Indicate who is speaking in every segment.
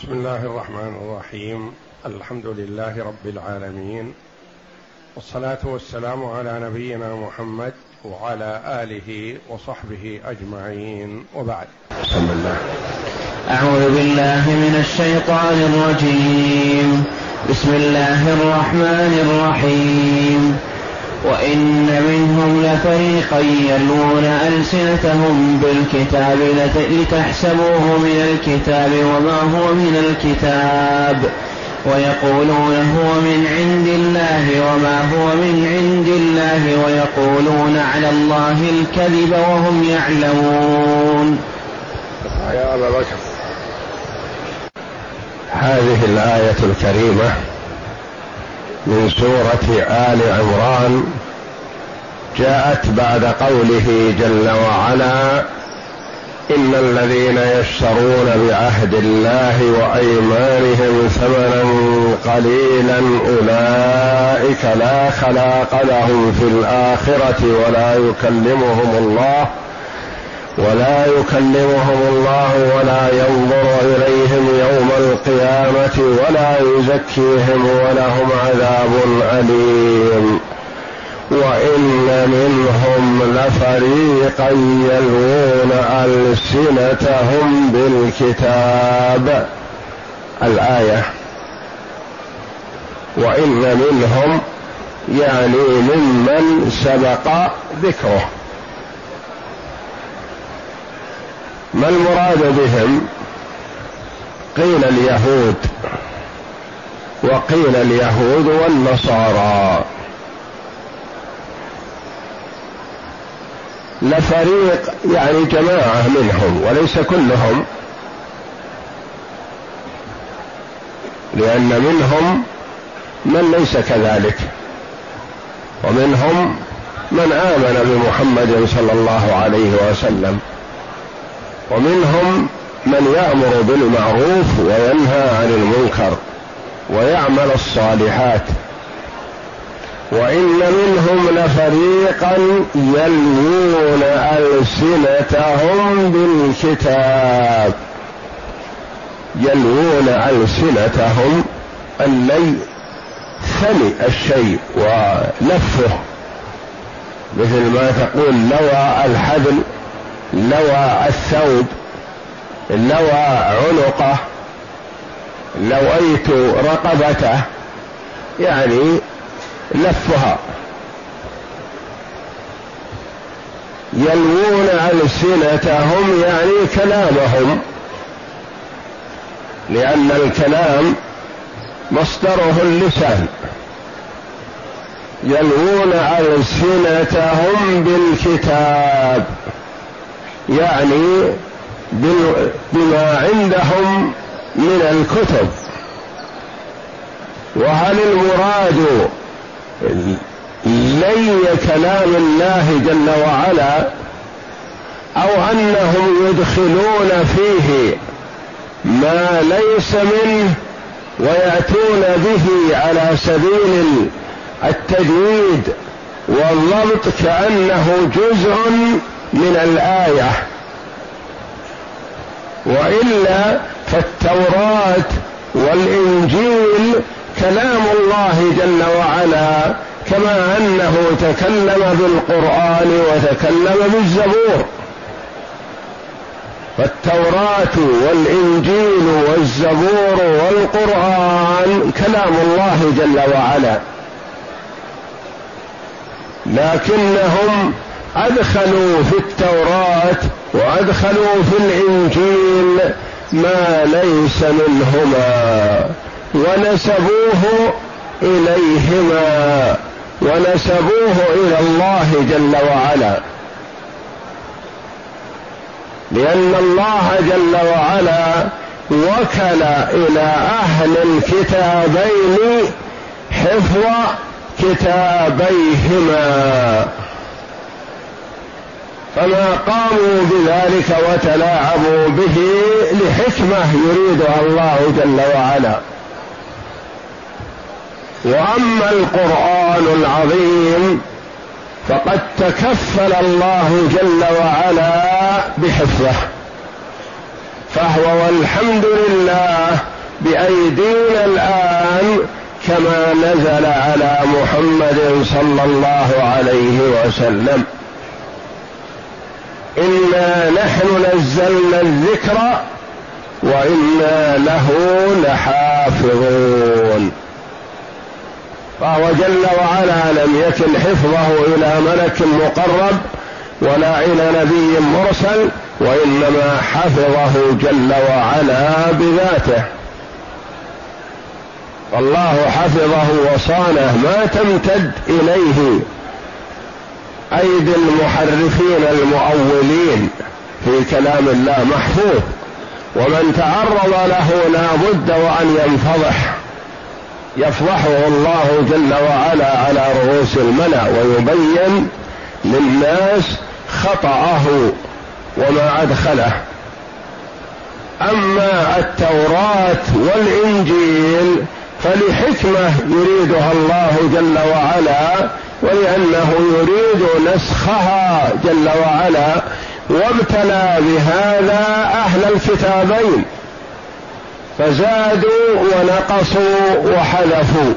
Speaker 1: بسم الله الرحمن الرحيم. الحمد لله رب العالمين، والصلاة والسلام على نبينا محمد وعلى آله وصحبه أجمعين، وبعد.
Speaker 2: بسم الله. أعوذ بالله من الشيطان الرجيم. بسم الله الرحمن الرحيم. وإن منهم لفريقا يلوون ألسنتهم بالكتاب لتحسبوه من الكتاب وما هو من الكتاب ويقولون هو من عند الله وما هو من عند الله ويقولون على الله الكذب وهم يعلمون. يا أبا بكر، هذه الآية الكريمة من سورة آل عمران جاءت بعد قوله جل وعلا: إن الذين يشترون بعهد الله وأيمانهم ثمنا قليلا أولئك لا خلاق لهم في الآخرة ولا يكلمهم الله ولا ينظر إليهم يوم القيامة ولا يزكيهم ولهم عذاب أليم. وإن منهم لفريقا يلوون ألسنتهم بالكتاب. الآية وإن منهم يعني ممن سبق ذكره. ما المراد بهم؟ قيل اليهود، وقيل اليهود والنصارى. لفريق يعني جماعة منهم وليس كلهم، لأن منهم من ليس كذلك، ومنهم من آمن بمحمد صلى الله عليه وسلم، ومنهم من يأمر بالمعروف وينهى عن المنكر ويعمل الصالحات. وإن منهم لفريقا يلوون ألسنتهم بالكتاب. يلوون ألسنتهم، اللي ثني الشيء ولفه، مثل ما تقول لوى الحبل، لوى الثوب، لوى عنقه، لويت رقبته، يعني لفها. يلوون ألسنتهم يعني كلامهم، لأن الكلام مصدره اللسان. يلوون ألسنتهم بالكتاب يعني بما عندهم من الكتب. وهل المراد لي كلام الله جل وعلا، أو أنهم يدخلون فيه ما ليس منه ويأتون به على سبيل التجويد والضبط كأنه جزء من الآية؟ وإلا فالتوراة والإنجيل كلام الله جل وعلا، كما أنه تكلم بالقرآن وتكلم بالزبور. فالتوراة والإنجيل والزبور والقرآن كلام الله جل وعلا، لكنهم أدخلوا في التوراة وأدخلوا في الإنجيل ما ليس منهما ونسبوه إليهما، ونسبوه إلى الله جل وعلا، لأن الله جل وعلا وكل إلى أهل الكتابين حفظ كتابيهما، فما قاموا بذلك وتلاعبوا به لحكمة يريدها الله جل وعلا. وأما القرآن العظيم فقد تكفل الله جل وعلا بحفظه، فهو والحمد لله الدين الآن كما نزل على محمد صلى الله عليه وسلم. إنا نحن نزلنا الذكر وإنا له لحافظون. فهو جل وعلا لم يكن حفظه إلى ملك مقرب ولا إلى نبي مرسل، وإنما حفظه جل وعلا بذاته. فالله حفظه وصانه، ما تمتد إليه أيدي المحرفين المؤولين في كلام الله، محفوظ، ومن تعرض له لا بد وأن ينفضح، يفضحه الله جل وعلا على رؤوس الملأ ويبين للناس خطأه وما أدخله. أما التوراة والإنجيل فلحكمة يريدها الله جل وعلا، ولأنه يريد نسخها جل وعلا، وابتلى بهذا أهل الكتابين فزادوا ونقصوا وحذفوا.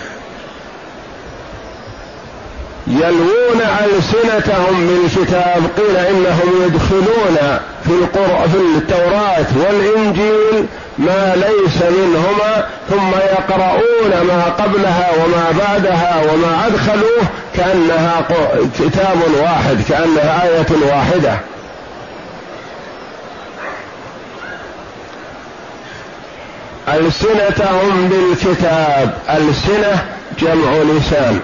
Speaker 2: يلوون ألسنتهم بالكتاب، قيل إنهم يدخلون في التوراة والإنجيل ما ليس منهما، ثم يقرؤون ما قبلها وما بعدها وما أدخلوه كأنها كتاب واحد، كأنها آية واحدة. ألسنتهم بالكتاب، ألسنة جمع لسان،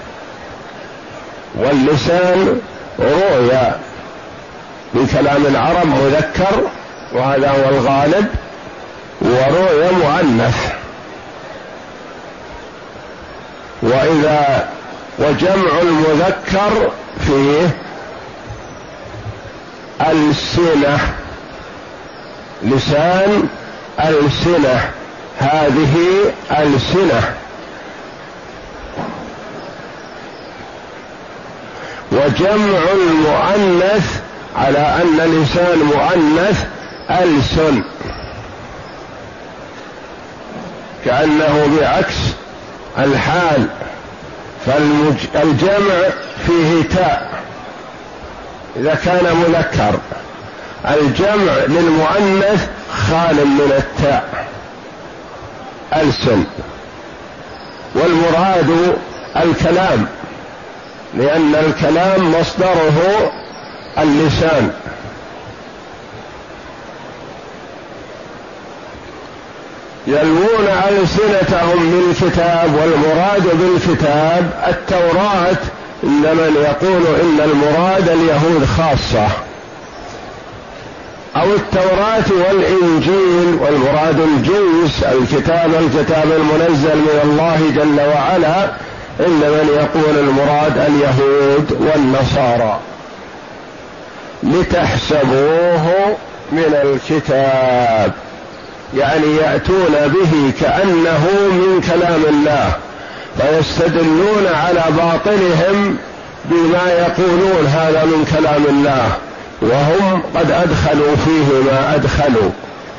Speaker 2: واللسان رؤيا بكلام العرب مذكر وهذا هو الغالب، ورؤيا مؤنث. وجمع المذكر فيه ألسنة، لسان، ألسنة، هذه ألسنة. وجمع المؤنث على أن لسان مؤنث ألسن، كأنه بعكس الحال، فالجمع فيه تاء إذا كان مذكر، الجمع للمؤنث خال من التاء، ألسن. والمراد الكلام، لأن الكلام مصدره اللسان. يلوون ألسنتهم بالكتاب، والمراد بالكتاب التوراة، إن من يقول إن المراد اليهود خاصة، أو التوراة والإنجيل، والمراد الجنس، الكتاب المنزل من الله جل وعلا، إن من يقول المراد اليهود والنصارى. لتحسبوه من الكتاب، يعني يأتون به كأنه من كلام الله، فيستدلون على باطلهم بما يقولون هذا من كلام الله، وهم قد أدخلوا فيه ما أدخلوا.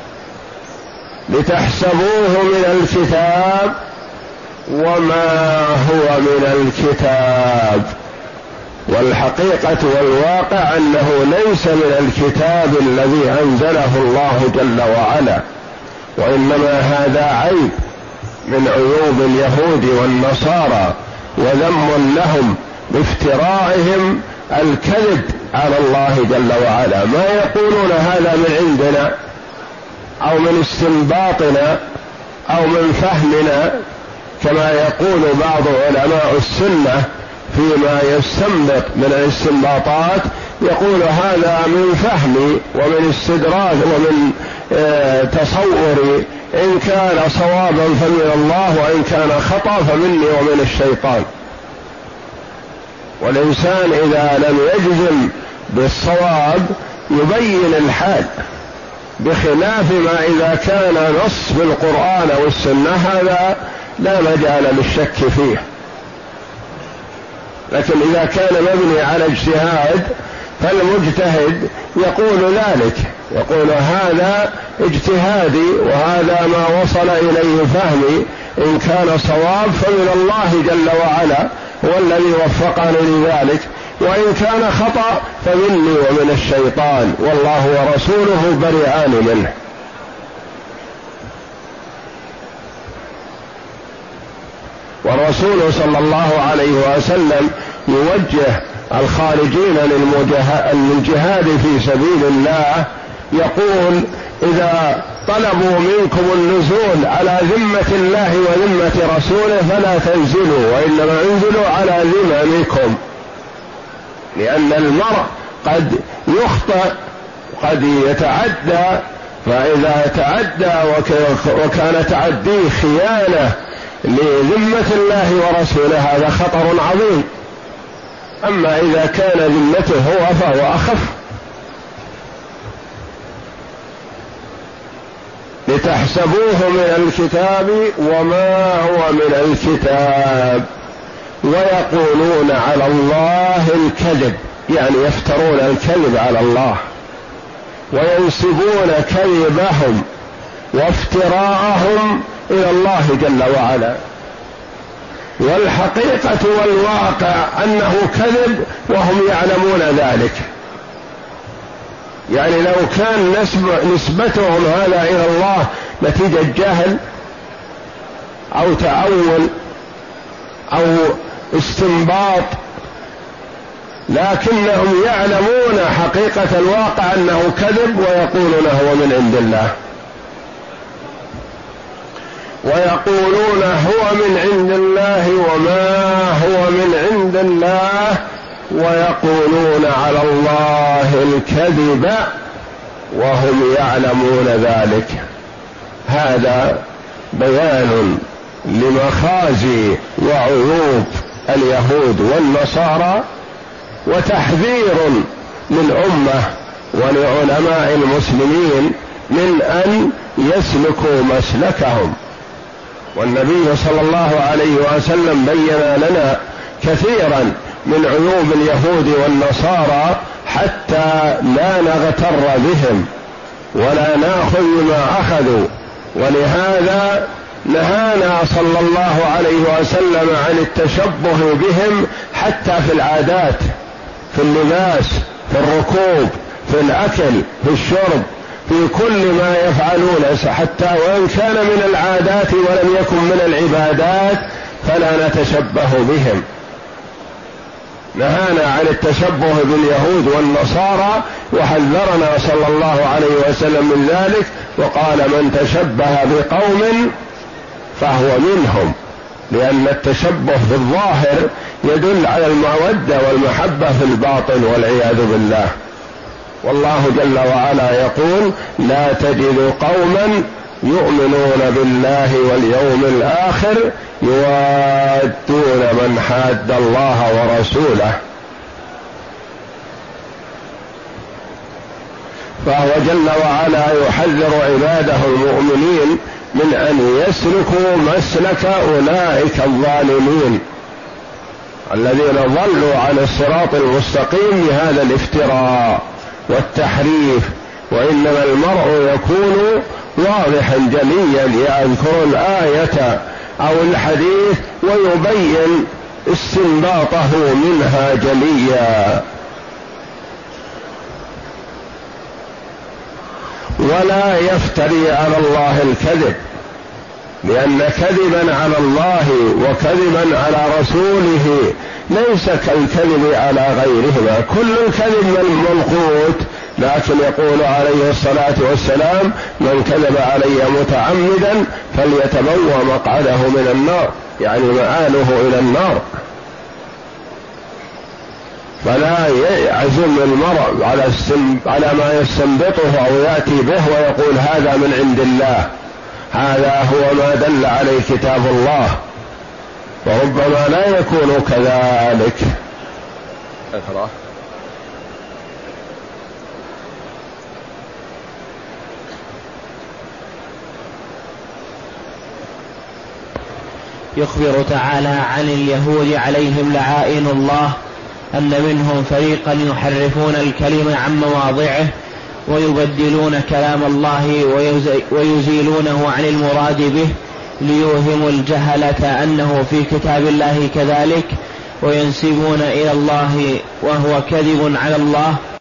Speaker 2: لتحسبوه من الكتاب وما هو من الكتاب، والحقيقة والواقع أنه ليس من الكتاب الذي أنزله الله جل وعلا، وإنما هذا عيب من عيوب اليهود والنصارى، وذم لهم بافترائهم الكذب على الله جل وعلا. ما يقولون هذا من عندنا أو من استنباطنا أو من فهمنا، كما يقول بعض علماء السنة فيما يستنبط من الاستنباطات، يقول هذا من فهمي ومن استدراك ومن تصوري، إن كان صوابا فمن الله، وإن كان خطأ فمني ومن الشيطان. والإنسان إذا لم يجزم بالصواب يبين الحال، بخلاف ما إذا كان نص بالقرآن أو السنة هذا لا مجال للشك فيه. لكن إذا كان مبني على اجتهاد فالمجتهد يقول ذلك، يقول هذا اجتهادي وهذا ما وصل إليه فهمي، إن كان صواب فمن الله جل وعلا هو الذي وفقني لذلك، وإن كان خطأ فمني ومن الشيطان، والله ورسوله بريئان منه. والرسول صلى الله عليه وسلم يوجه الخارجين للجهاد في سبيل الله، يقول إذا طلبوا منكم النزول على ذمة الله وذمة رسوله فلا تنزلوا، وإنما انزلوا على ذممكم، لأن المرء قد يخطئ قد يتعدى، فإذا تعدى وكان تعديه خيانة لذمة الله ورسوله هذا خطر عظيم. أما إذا كان ذمته هو فهو أخف. لتحسبوه من الكتاب وما هو من الكتاب ويقولون على الله الكذب، يعني يفترون الكذب على الله وينسبون كذبهم وافتراءهم إلى الله جل وعلا، والحقيقة والواقع أنه كذب وهم يعلمون ذلك. يعني لو كان نسبتهم هذا إلى الله نتيجة جهل أو تأول أو استنباط، لكنهم يعلمون حقيقة الواقع أنه كذب ويقولون هو من عند الله، ويقولون هو من عند الله وما هو من عند الله، ويقولون على الله الكذب وهم يعلمون ذلك. هذا بيان لمخازي وعيوب اليهود والنصارى، وتحذير للأمة ولعلماء المسلمين من أن يسلكوا مسلكهم. والنبي صلى الله عليه وسلم بين لنا كثيرا من عيوب اليهود والنصارى حتى لا نغتر بهم ولا ناخذ ما أخذوا، ولهذا نهانا صلى الله عليه وسلم عن التشبه بهم حتى في العادات، في اللباس، في الركوب، في الأكل، في الشرب، في كل ما يفعلون، حتى وإن كان من العادات ولم يكن من العبادات فلا نتشبه بهم. نهانا عن التشبه باليهود والنصارى وحذرنا صلى الله عليه وسلم من ذلك، وقال من تشبه بقوم فهو منهم، لأن التشبه في الظاهر يدل على المودة والمحبة في الباطن والعياذ بالله. والله جل وعلا يقول لا تجد قوما يؤمنون بالله واليوم الآخر يوادون من حاد الله ورسوله. فهو جل وعلا يحذر عباده المؤمنين من أن يسلكوا مسلك أولئك الظالمين الذين ضلوا عن الصراط المستقيم بهذا الافتراء والتحريف. وإنما المرء يكون واضحا جليا يذكر الآية أو الحديث ويبين استنباطه منها جليا، ولا يفتري على الله الكذب، لأن كذبا على الله وكذبا على رسوله ليس كالكذب على غيرهما، كل الكذب منقوط، لكن يقول عليه الصلاة والسلام من كذب علي متعمدا فليتبوأ مقعده من النار، يعني مآله إلى النار. فلا يعزم المرء على ما يستنبطه أو يأتي به ويقول هذا من عند الله، هذا هو ما دل عليه كتاب الله، وربما لا يكون كذلك.
Speaker 3: يخبر تعالى عن اليهود عليهم لعائن الله أن منهم فريقا يحرفون الكلم عن مواضعه ويبدلون كلام الله ويزيلونه عن المراد به ليوهموا الجهلة أنه في كتاب الله كذلك، وينسبون إلى الله وهو كذب على الله